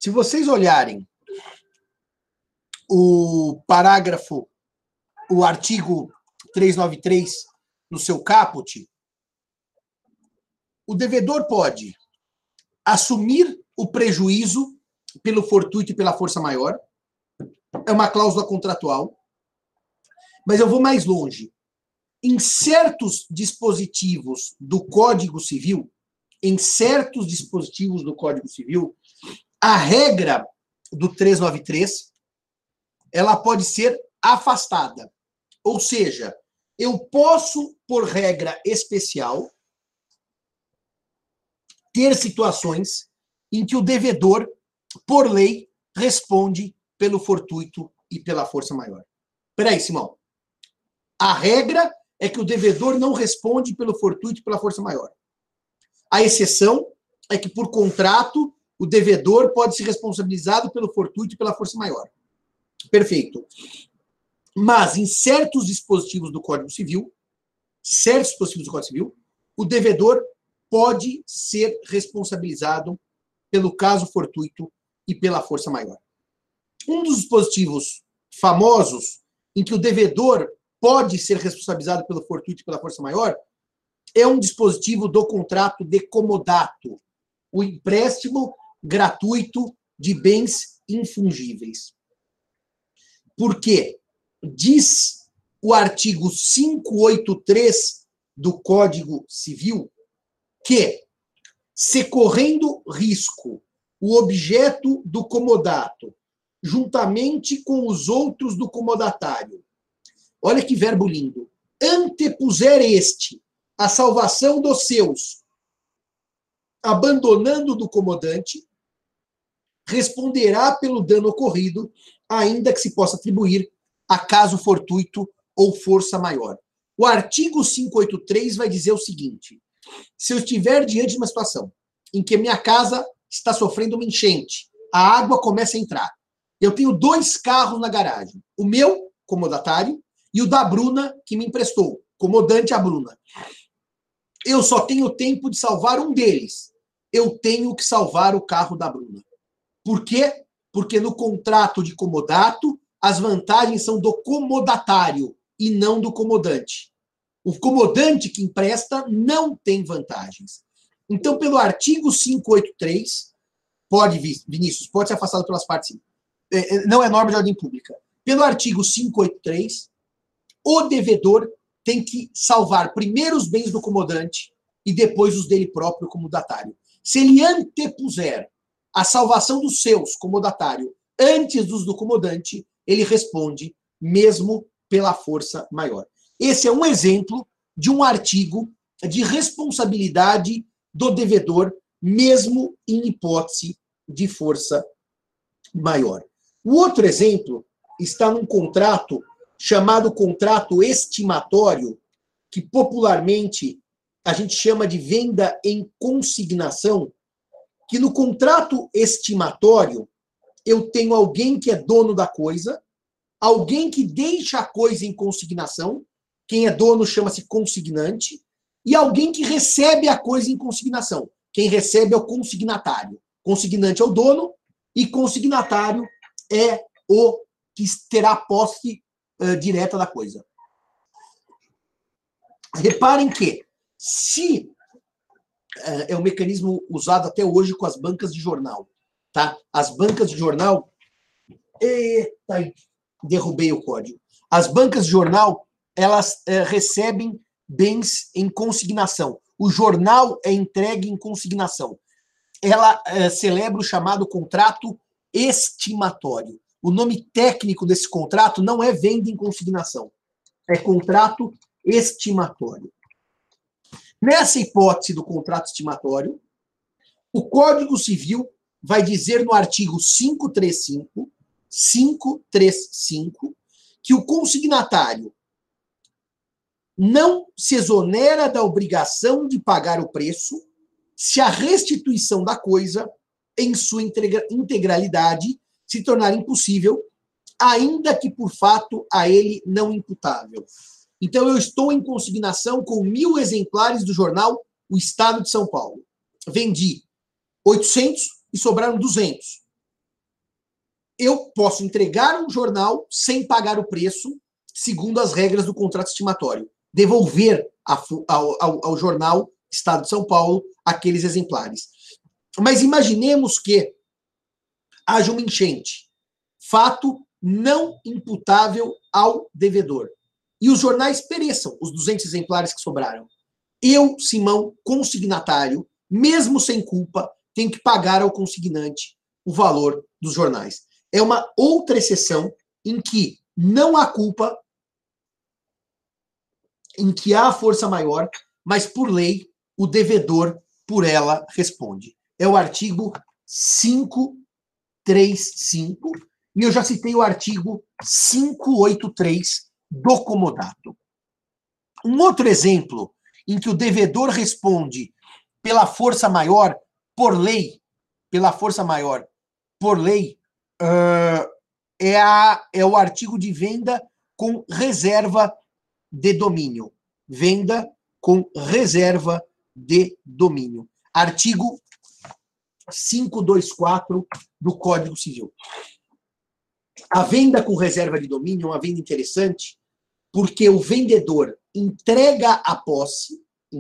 Se vocês olharem o parágrafo, o artigo 393 no seu caput, o devedor pode assumir o prejuízo pelo fortuito e pela força maior. É uma cláusula contratual. Mas eu vou mais longe. Em certos dispositivos do Código Civil, a regra do 393, ela pode ser afastada. Ou seja, eu posso, por regra especial, ter situações em que o devedor, por lei, responde pelo fortuito e pela força maior. Peraí, Simão. A regra é que o devedor não responde pelo fortuito e pela força maior. A exceção é que, por contrato, o devedor pode ser responsabilizado pelo fortuito e pela força maior. Perfeito. Mas, em certos dispositivos do Código Civil, o devedor pode ser responsabilizado pelo caso fortuito e pela força maior. Um dos dispositivos famosos em que o devedor pode ser responsabilizado pelo fortuito e pela força maior é um dispositivo do contrato de comodato, o empréstimo gratuito de bens infungíveis. Por quê? Diz o artigo 583 do Código Civil que, se correndo risco o objeto do comodato, juntamente com os outros do comodatário, olha que verbo lindo, antepuser este a salvação dos seus, abandonando do comodante, responderá pelo dano ocorrido, ainda que se possa atribuir a caso fortuito ou força maior. O artigo 583 vai dizer o seguinte: se eu estiver diante de uma situação em que minha casa está sofrendo uma enchente, a água começa a entrar, eu tenho 2 carros na garagem, o meu, comodatário, e o da Bruna, que me emprestou, comodante a Bruna. Eu só tenho tempo de salvar um deles. Eu tenho que salvar o carro da Bruna. Por quê? Porque no contrato de comodato, as vantagens são do comodatário e não do comodante. O comodante que empresta não tem vantagens. Então, pelo artigo 583, pode, Vinícius, pode ser afastado pelas partes. Não é norma de ordem pública. Pelo artigo 583, o devedor tem que salvar primeiro os bens do comodante e depois os dele próprio comodatário. Se ele antepuser a salvação dos seus, comodatário, antes dos do comodante, ele responde mesmo pela força maior. Esse é um exemplo de um artigo de responsabilidade do devedor, mesmo em hipótese de força maior. O outro exemplo está num contrato chamado contrato estimatório, que popularmente a gente chama de venda em consignação, que no contrato estimatório eu tenho alguém que é dono da coisa, alguém que deixa a coisa em consignação, quem é dono chama-se consignante, e alguém que recebe a coisa em consignação. Quem recebe é o consignatário. Consignante é o dono e consignatário é o que terá posse direta da coisa. Reparem que, se é um mecanismo usado até hoje com as bancas de jornal, tá? As bancas de jornal... Eita, derrubei o código. As bancas de jornal, elas recebem bens em consignação. O jornal é entregue em consignação. Ela celebra o chamado contrato estimatório. O nome técnico desse contrato não é venda em consignação, é contrato estimatório. Nessa hipótese do contrato estimatório, o Código Civil vai dizer no artigo 535, que o consignatário não se exonera da obrigação de pagar o preço se a restituição da coisa, em sua integralidade, se tornar impossível, ainda que por fato a ele não imputável. Então, eu estou em consignação com 1.000 exemplares do jornal O Estado de São Paulo. Vendi 800 e sobraram 200. eu posso entregar um jornal sem pagar o preço, segundo as regras do contrato estimatório. Devolver ao jornal Estado de São Paulo aqueles exemplares. Mas imaginemos que haja uma enchente. Fato não imputável ao devedor. E os jornais pereçam, os 200 exemplares que sobraram. Eu, Simão, consignatário, mesmo sem culpa, tenho que pagar ao consignante o valor dos jornais. É uma outra exceção em que não há culpa, em que há força maior, mas por lei o devedor por ela responde. É o artigo 535, e eu já citei o artigo 583 do comodato. Um outro exemplo em que o devedor responde pela força maior, por lei, pela força maior, por lei, é o artigo de venda com reserva de domínio. Venda com reserva de domínio. Artigo 524 do Código Civil. A venda com reserva de domínio é uma venda interessante porque o vendedor entrega a posse,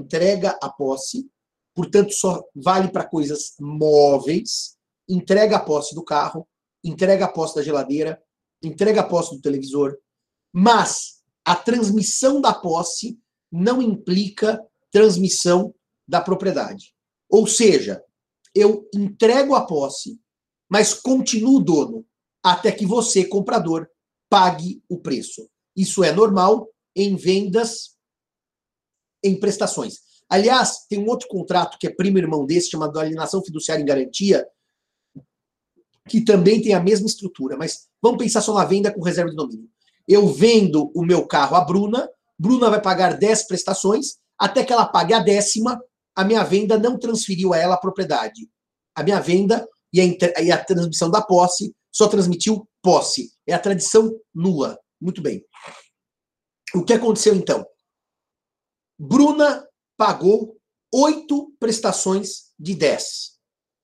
portanto só vale para coisas móveis, entrega a posse do carro, entrega a posse da geladeira, entrega a posse do televisor, mas a transmissão da posse não implica transmissão da propriedade. Ou seja, eu entrego a posse, mas continuo dono, até que você, comprador, pague o preço. Isso é normal em vendas, em prestações. Aliás, tem um outro contrato que é primo irmão desse, chamado alienação fiduciária em garantia, que também tem a mesma estrutura, mas vamos pensar só na venda com reserva de domínio. Eu vendo o meu carro à Bruna, Bruna vai pagar 10 prestações, até que ela pague a 10ª, a minha venda não transferiu a ela a propriedade. A minha venda e a transmissão da posse só transmitiu posse. É a tradição nula. Muito bem. O que aconteceu então? Bruna pagou 8 prestações de 10.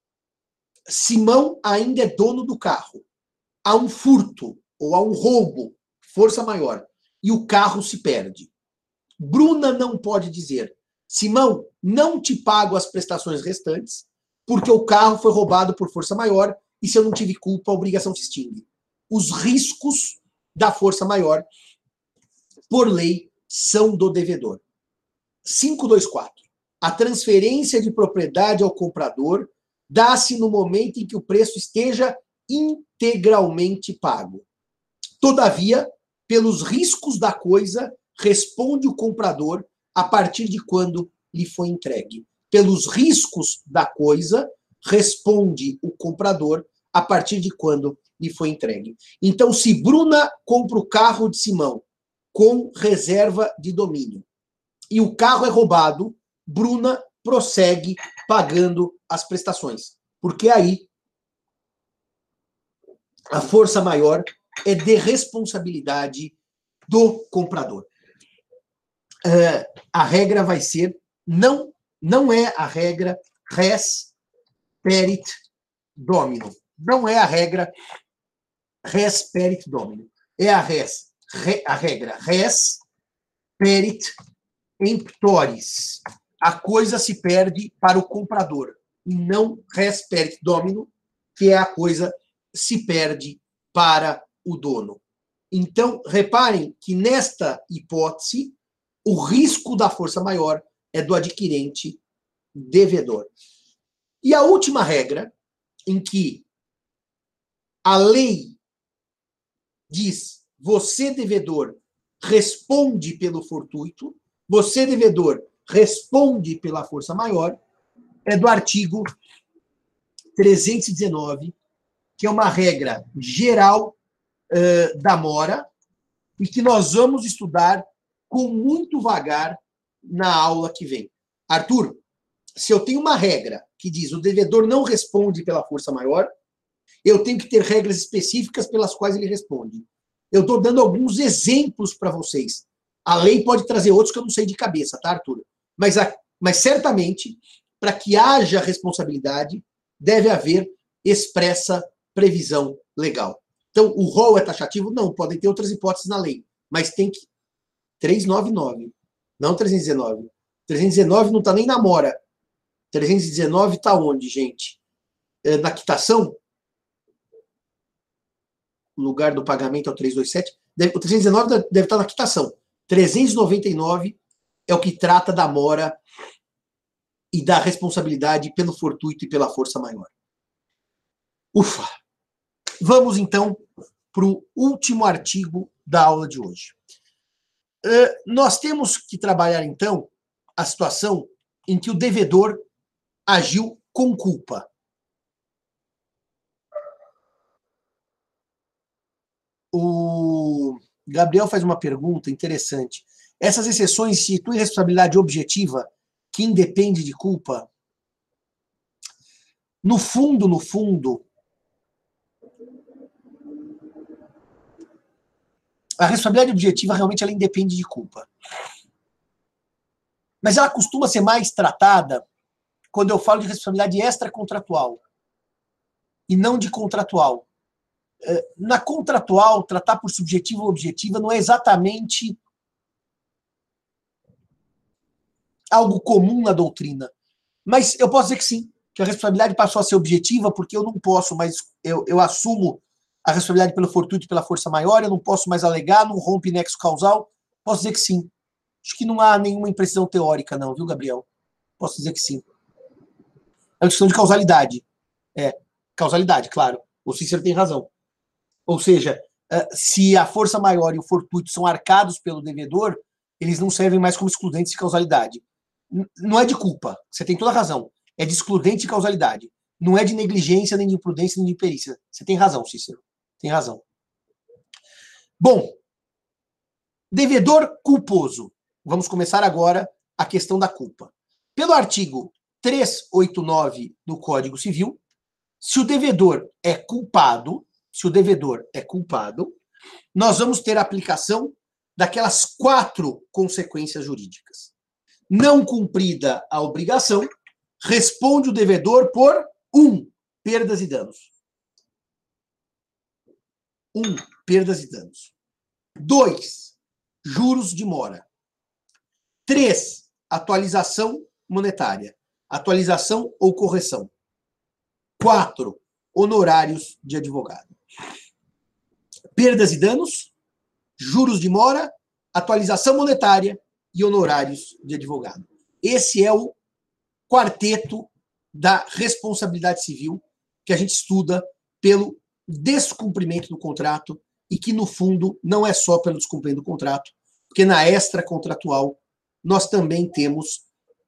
Simão ainda é dono do carro. Há um furto ou há um roubo, força maior, e o carro se perde. Bruna não pode dizer: Simão, não te pago as prestações restantes, porque o carro foi roubado por força maior e se eu não tive culpa, a obrigação se extingue. Os riscos da força maior, por lei, são do devedor. 524. A transferência de propriedade ao comprador dá-se no momento em que o preço esteja integralmente pago. Todavia, pelos riscos da coisa, responde o comprador a partir de quando lhe foi entregue. Pelos riscos da coisa, responde o comprador a partir de quando lhe foi entregue. Então, se Bruna compra o carro de Simão com reserva de domínio e o carro é roubado, Bruna prossegue pagando as prestações. Porque aí a força maior é de responsabilidade do comprador. A regra vai ser, não é a regra res perit domino. Não é a regra res perit domino. É a regra res perit emptoris. A coisa se perde para o comprador. E não res perit domino, que é a coisa se perde para o dono. Então, reparem que nesta hipótese, o risco da força maior é do adquirente devedor. E a última regra, em que a lei diz: você, devedor, responde pelo fortuito, você, devedor, responde pela força maior, é do artigo 319, que é uma regra geral da mora, e que nós vamos estudar com muito vagar na aula que vem. Arthur, se eu tenho uma regra que diz: o devedor não responde pela força maior, eu tenho que ter regras específicas pelas quais ele responde. Eu estou dando alguns exemplos para vocês. A lei pode trazer outros que eu não sei de cabeça, tá, Arthur? Mas certamente, para que haja responsabilidade, deve haver expressa previsão legal. Então, o rol é taxativo? Não, podem ter outras hipóteses na lei, mas tem que 399, não 319. 319 não está nem na mora. 319 está onde, gente? Na quitação? O lugar do pagamento é o 327. O 319 deve estar na quitação. 399 é o que trata da mora e da responsabilidade pelo fortuito e pela força maior. Ufa! Vamos, então, para o último artigo da aula de hoje. Nós temos que trabalhar, então, a situação em que o devedor agiu com culpa. O Gabriel faz uma pergunta interessante. Essas exceções instituem responsabilidade objetiva que independe de culpa? No fundo, a responsabilidade objetiva realmente ela independe de culpa. Mas ela costuma ser mais tratada quando eu falo de responsabilidade extracontratual e não de contratual. Na contratual, tratar por subjetiva ou objetiva não é exatamente algo comum na doutrina. Mas eu posso dizer que sim, que a responsabilidade passou a ser objetiva porque eu não posso mais, eu assumo a responsabilidade pelo fortuito e pela força maior, eu não posso mais alegar, não rompe nexo causal. Posso dizer que sim. Acho que não há nenhuma imprecisão teórica não, viu, Gabriel? Posso dizer que sim. É uma questão de causalidade. Causalidade, claro. O Cícero tem razão. Ou seja, se a força maior e o fortuito são arcados pelo devedor, eles não servem mais como excludentes de causalidade. Não é de culpa, você tem toda a razão. É de excludente de causalidade. Não é de negligência, nem de imprudência, nem de imperícia. Você tem razão, Cícero. Tem razão. Bom, devedor culposo. Vamos começar agora a questão da culpa. Pelo artigo 389 do Código Civil, se o devedor é culpado, nós vamos ter a aplicação daquelas 4 consequências jurídicas. Não cumprida a obrigação, responde o devedor por 1. Perdas e danos. 1. Perdas e danos. 2. Juros de mora. 3. Atualização monetária. Atualização ou correção. 4. Honorários de advogado. Perdas e danos, juros de mora, atualização monetária e honorários de advogado. Esse é o quarteto da responsabilidade civil que a gente estuda pelo descumprimento do contrato e que, no fundo, não é só pelo descumprimento do contrato, porque na extracontratual nós também temos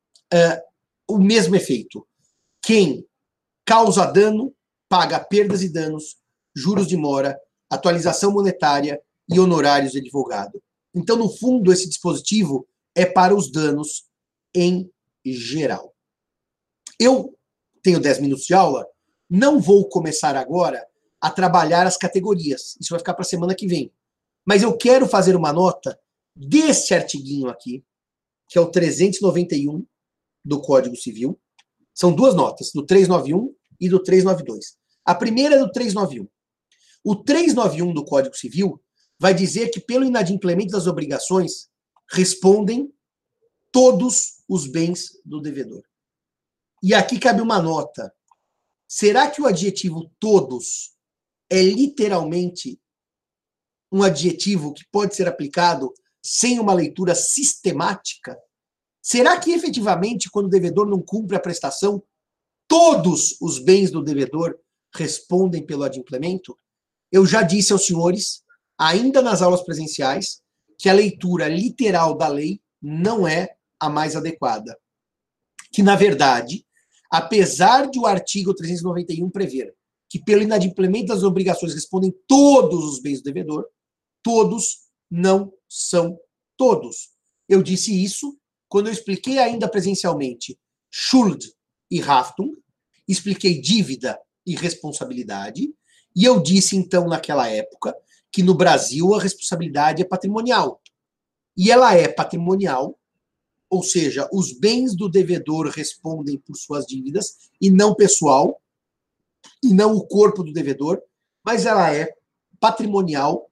o mesmo efeito. Quem causa dano paga perdas e danos, juros de mora, atualização monetária e honorários de advogado. Então, no fundo, esse dispositivo é para os danos em geral. Eu tenho 10 minutos de aula, não vou começar agora a trabalhar as categorias. Isso vai ficar para a semana que vem. Mas eu quero fazer uma nota desse artiguinho aqui, que é o 391 do Código Civil. São 2 notas, do 391 e do 392. A primeira é do 391. O 391 do Código Civil vai dizer que, pelo inadimplemento das obrigações, respondem todos os bens do devedor. E aqui cabe uma nota. Será que o adjetivo todos é literalmente um adjetivo que pode ser aplicado sem uma leitura sistemática? Será que, efetivamente, quando o devedor não cumpre a prestação, todos os bens do devedor respondem pelo adimplemento? Eu já disse aos senhores, ainda nas aulas presenciais, que a leitura literal da lei não é a mais adequada. Que, na verdade, apesar de o artigo 391 prever que, pelo inadimplemento das obrigações, respondem todos os bens do devedor, todos não são todos. Eu disse isso quando eu expliquei ainda presencialmente Schuld e Haftung, expliquei dívida e responsabilidade, e eu disse, então, naquela época, que no Brasil a responsabilidade é patrimonial. E ela é patrimonial, ou seja, os bens do devedor respondem por suas dívidas, e não pessoal. e não o corpo do devedor, mas ela é patrimonial,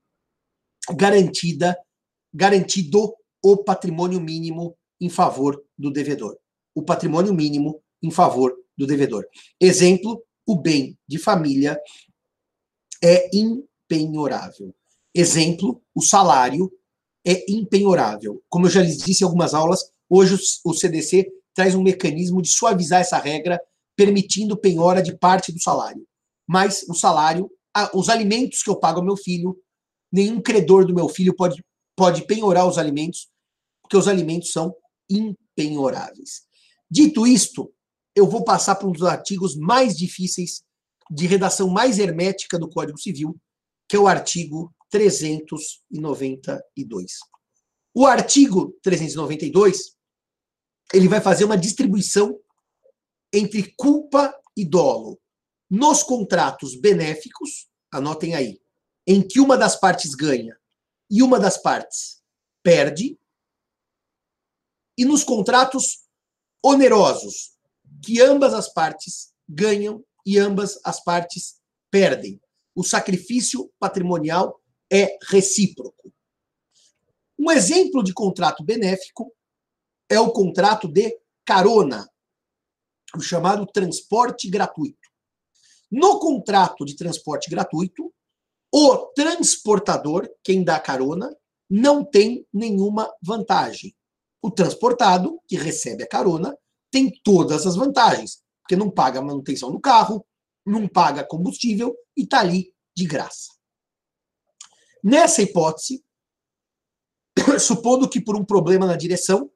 garantido o patrimônio mínimo em favor do devedor. O patrimônio mínimo em favor do devedor. Exemplo, o bem de família é impenhorável. Exemplo, o salário é impenhorável. Como eu já lhes disse em algumas aulas, hoje o CDC traz um mecanismo de suavizar essa regra, permitindo penhora de parte do salário. Mas o salário, os alimentos que eu pago ao meu filho, nenhum credor do meu filho pode penhorar os alimentos, porque os alimentos são impenhoráveis. Dito isto, eu vou passar para um dos artigos mais difíceis, de redação mais hermética do Código Civil, que é o artigo 392. O artigo 392, ele vai fazer uma distribuição entre culpa e dolo nos contratos benéficos, anotem aí, em que uma das partes ganha e uma das partes perde, e nos contratos onerosos, que ambas as partes ganham e ambas as partes perdem. O sacrifício patrimonial é recíproco. Um exemplo de contrato benéfico é o contrato de carona, o chamado transporte gratuito. No contrato de transporte gratuito, o transportador, quem dá carona, não tem nenhuma vantagem. O transportado, que recebe a carona, tem todas as vantagens, porque não paga manutenção do carro, não paga combustível e está ali de graça. Nessa hipótese, supondo que por um problema na direção,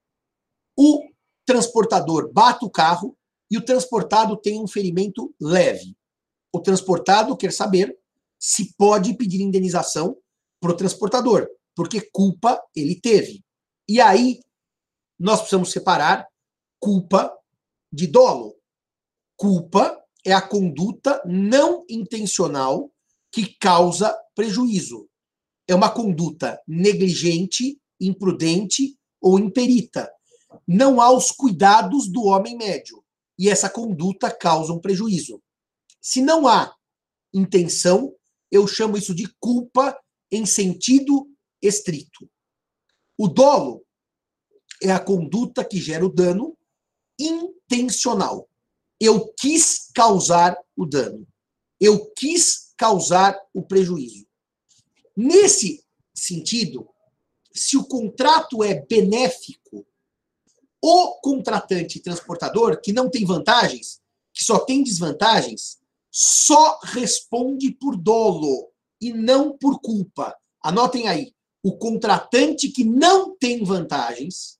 o transportador bata o carro e o transportado tem um ferimento leve. O transportado quer saber se pode pedir indenização para o transportador, porque culpa ele teve. E aí, nós precisamos separar culpa de dolo. Culpa é a conduta não intencional que causa prejuízo. É uma conduta negligente, imprudente ou imperita. Não há os cuidados do homem médio. E essa conduta causa um prejuízo. Se não há intenção, eu chamo isso de culpa em sentido estrito. O dolo é a conduta que gera o dano intencional. Eu quis causar o dano. Eu quis causar o prejuízo. Nesse sentido, se o contrato é benéfico, o contratante transportador, que não tem vantagens, que só tem desvantagens, só responde por dolo e não por culpa. Anotem aí, o contratante que não tem vantagens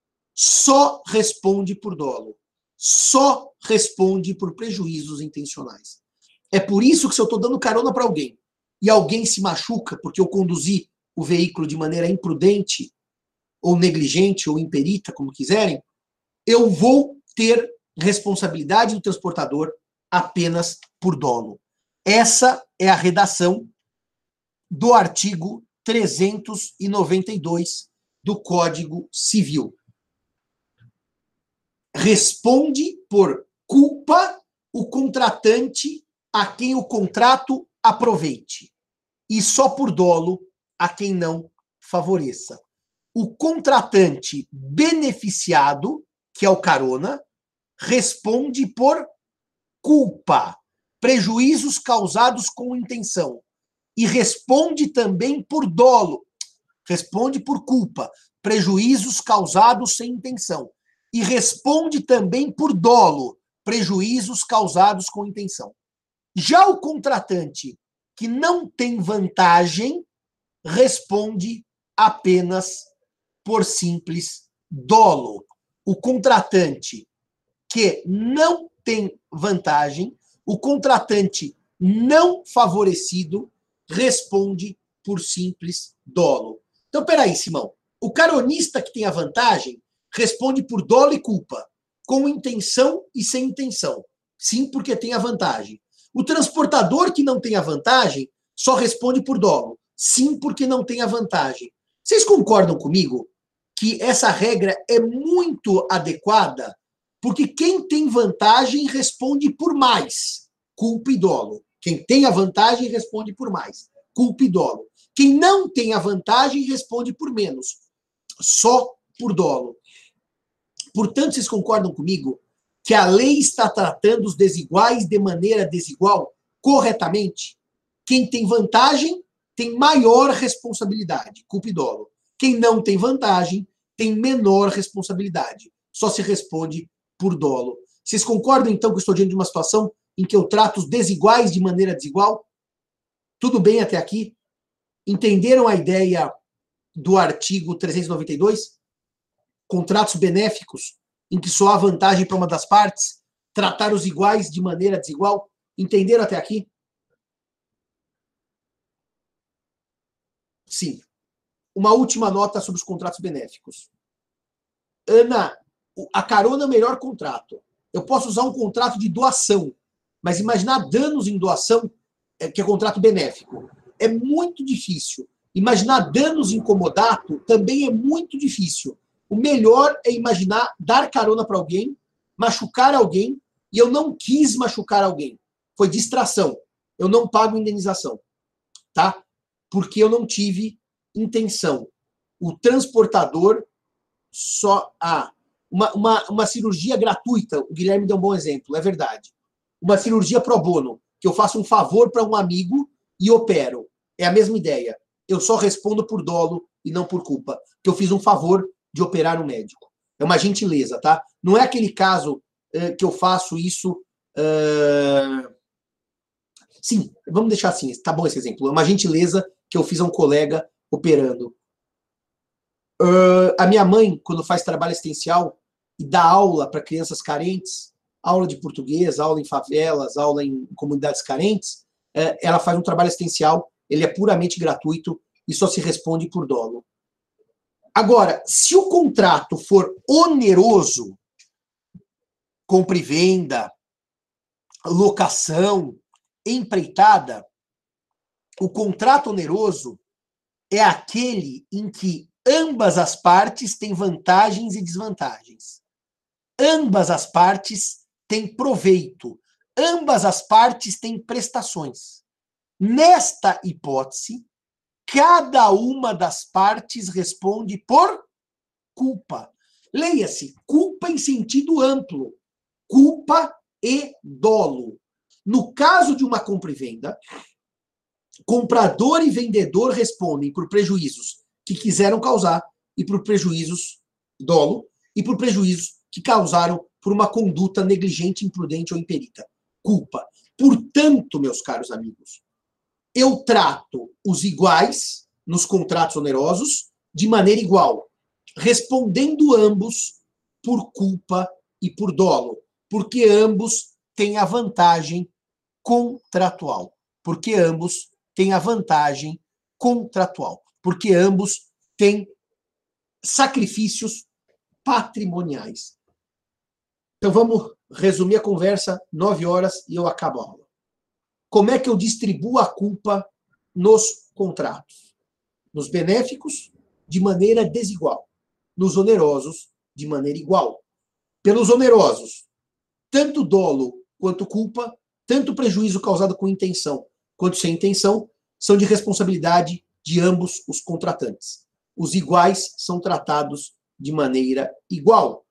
só responde por dolo, só responde por prejuízos intencionais. É por isso que se eu estou dando carona para alguém e alguém se machuca porque eu conduzi o veículo de maneira imprudente ou negligente ou imperita, como quiserem, eu vou ter responsabilidade do transportador apenas por dolo. Essa é a redação do artigo 392 do Código Civil. Responde por culpa o contratante a quem o contrato aproveite, e só por dolo a quem não favoreça. O contratante beneficiado, que é o carona, responde por culpa, prejuízos causados com intenção, e responde também por dolo, responde por culpa, prejuízos causados sem intenção, e responde também por dolo, prejuízos causados com intenção. Já o contratante que não tem vantagem responde apenas por simples dolo. O contratante que não tem vantagem, o contratante não favorecido responde por simples dolo. Então, peraí, Simão. O caronista que tem a vantagem responde por dolo e culpa, com intenção e sem intenção. Sim, porque tem a vantagem. O transportador que não tem a vantagem só responde por dolo. Sim, porque não tem a vantagem. Vocês concordam comigo que essa regra é muito adequada? Porque quem tem vantagem responde por mais. culpa e dolo. Quem tem a vantagem responde por mais. Culpa e dolo. Quem não tem a vantagem responde por menos. Só por dolo. Portanto, vocês concordam comigo que a lei está tratando os desiguais de maneira desigual corretamente? Quem tem vantagem tem maior responsabilidade, culpa e dolo. Quem não tem vantagem tem menor responsabilidade. Só se responde por dolo. Vocês concordam, então, que eu estou diante de uma situação em que eu trato os desiguais de maneira desigual? Tudo bem até aqui? Entenderam a ideia do artigo 392? Contratos benéficos, em que só há vantagem para uma das partes? Tratar os iguais de maneira desigual? Entenderam até aqui? Sim. Uma última nota sobre os contratos benéficos. Ana, a carona é o melhor contrato. Eu posso usar um contrato de doação, mas imaginar danos em doação, que é contrato benéfico, é muito difícil. Imaginar danos em comodato também é muito difícil. O melhor é imaginar dar carona para alguém, machucar alguém, e eu não quis machucar alguém. Foi distração. Eu não pago indenização. Tá? Porque eu não tive intenção. O transportador só... uma cirurgia gratuita, o Guilherme deu um bom exemplo, é verdade. Uma cirurgia pro bono, que eu faço um favor para um amigo e opero. É a mesma ideia. Eu só respondo por dolo e não por culpa. Que eu fiz um favor de operar um médico. É uma gentileza, tá? Não é aquele caso que eu faço isso... Sim, vamos deixar assim, tá bom esse exemplo. É uma gentileza que eu fiz a um colega operando. A minha mãe, quando faz trabalho assistencial e dá aula para crianças carentes, aula de português, aula em favelas, aula em comunidades carentes, ela faz um trabalho assistencial, ele é puramente gratuito e só se responde por dolo. Agora, se o contrato for oneroso, compra e venda, locação, empreitada, o contrato oneroso é aquele em que ambas as partes têm vantagens e desvantagens. Ambas as partes têm proveito. Ambas as partes têm prestações. Nesta hipótese, cada uma das partes responde por culpa. Leia-se, culpa em sentido amplo. Culpa e dolo. No caso de uma compra e venda, comprador e vendedor respondem por prejuízos que quiseram causar e por prejuízos, dolo, e por prejuízos que causaram por uma conduta negligente, imprudente ou imperita. Culpa. Portanto, meus caros amigos, eu trato os iguais nos contratos onerosos de maneira igual, respondendo ambos por culpa e por dolo, porque ambos têm a vantagem contratual. Porque ambos têm a vantagem contratual. Porque ambos têm sacrifícios patrimoniais. Então vamos resumir a conversa, 9 horas e eu acabo a aula. Como é que eu distribuo a culpa nos contratos? Nos benéficos, de maneira desigual. Nos onerosos, de maneira igual. Pelos onerosos, tanto dolo quanto culpa, tanto prejuízo causado com intenção quanto sem intenção, são de responsabilidade de ambos os contratantes. Os iguais são tratados de maneira igual.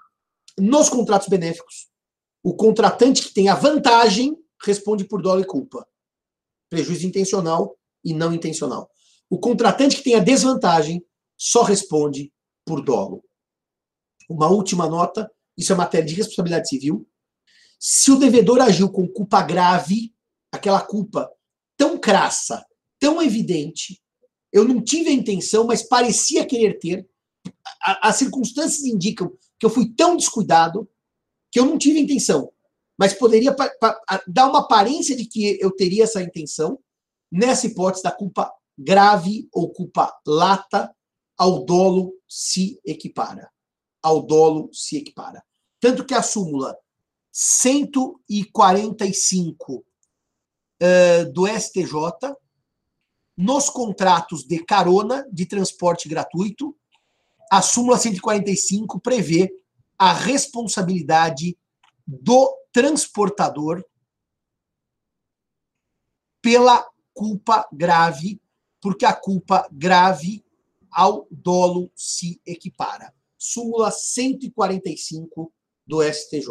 Nos contratos benéficos, o contratante que tem a vantagem responde por dolo e culpa. Prejuízo intencional e não intencional. O contratante que tem a desvantagem só responde por dolo. Uma última nota, isso é matéria de responsabilidade civil. Se o devedor agiu com culpa grave, aquela culpa tão crassa, tão evidente, eu não tive a intenção, mas parecia querer ter, as circunstâncias indicam que eu fui tão descuidado que eu não tive a intenção, mas poderia dar uma aparência de que eu teria essa intenção. Nessa hipótese da culpa grave ou culpa lata, ao dolo se equipara. Ao dolo se equipara. Tanto que a súmula 145 do STJ, nos contratos de carona, de transporte gratuito, a súmula 145 prevê a responsabilidade do transportador pela culpa grave, porque a culpa grave ao dolo se equipara. Súmula 145 do STJ.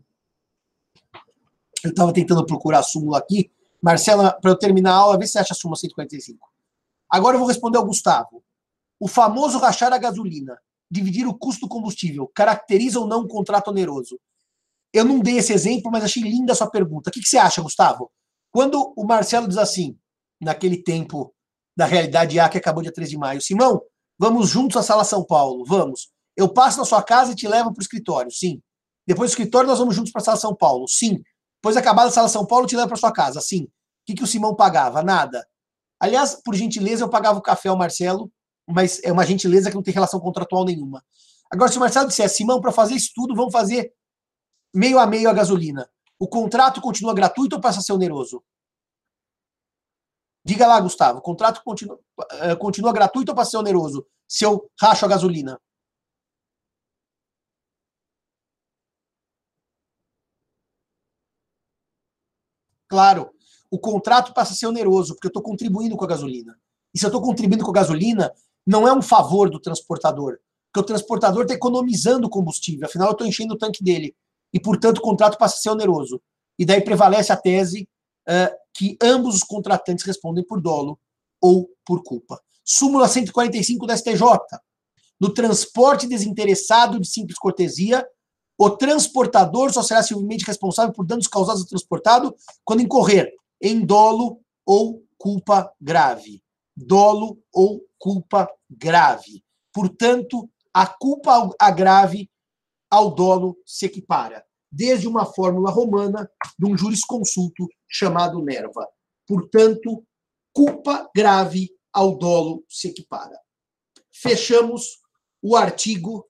Eu estava tentando procurar a súmula aqui. Marcela, para eu terminar a aula, vê se você acha a súmula 145. Agora eu vou responder ao Gustavo. O famoso rachar a gasolina, dividir o custo do combustível, caracteriza ou não um contrato oneroso? Eu não dei esse exemplo, mas achei linda a sua pergunta. O que você acha, Gustavo? Quando o Marcelo diz assim, naquele tempo da realidade A que acabou dia 3 de maio, Simão, vamos juntos à Sala São Paulo, vamos. Eu passo na sua casa e te levo para o escritório, sim. Depois do escritório nós vamos juntos para a Sala São Paulo, sim. Depois acabada a Sala São Paulo, eu te levo para sua casa, sim. O que o Simão pagava? Nada. Aliás, por gentileza, eu pagava o café ao Marcelo, mas é uma gentileza que não tem relação contratual nenhuma. Agora, se o Marcelo disser, Simão, para fazer isso tudo, vamos fazer meio a meio a gasolina. O contrato continua gratuito ou passa a ser oneroso? Diga lá, Gustavo, o contrato continua gratuito ou passa a ser oneroso se eu racho a gasolina? Claro, o contrato passa a ser oneroso, porque eu estou contribuindo com a gasolina. E se eu estou contribuindo com a gasolina, não é um favor do transportador, porque o transportador está economizando combustível, afinal eu estou enchendo o tanque dele. E, portanto, o contrato passa a ser oneroso. E daí prevalece a tese que ambos os contratantes respondem por dolo ou por culpa. Súmula 145 da STJ. No transporte desinteressado de simples cortesia, o transportador só será civilmente responsável por danos causados ao transportado quando incorrer em dolo ou culpa grave. Dolo ou culpa grave. Portanto, a culpa grave ao dolo se equipara, desde uma fórmula romana de um jurisconsulto chamado Nerva. Portanto, culpa grave ao dolo se equipara. Fechamos o artigo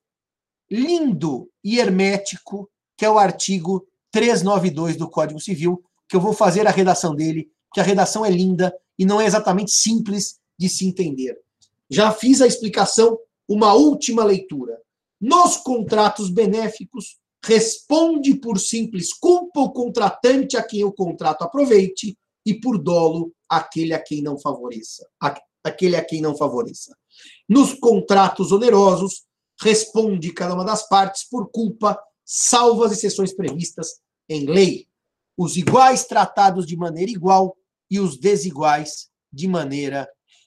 lindo e hermético, que é o artigo 392 do Código Civil, que eu vou fazer a redação dele, que a redação é linda e não é exatamente simples de se entender. Já fiz a explicação, uma última leitura. Nos contratos benéficos, responde por simples culpa o contratante a quem o contrato aproveite e por dolo aquele a quem não favoreça. Aquele a quem não favoreça. Nos contratos onerosos, responde cada uma das partes por culpa, salvo as exceções previstas em lei. Os iguais tratados de maneira igual e os desiguais de maneira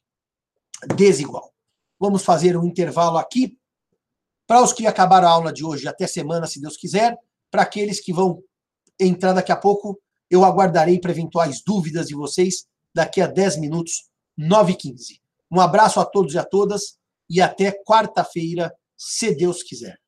desigual. Vamos fazer um intervalo aqui. Para os que acabaram a aula de hoje, até semana, se Deus quiser. Para aqueles que vão entrar daqui a pouco, eu aguardarei para eventuais dúvidas de vocês daqui a 10 minutos, 9h15. Um abraço a todos e a todas e até quarta-feira, se Deus quiser.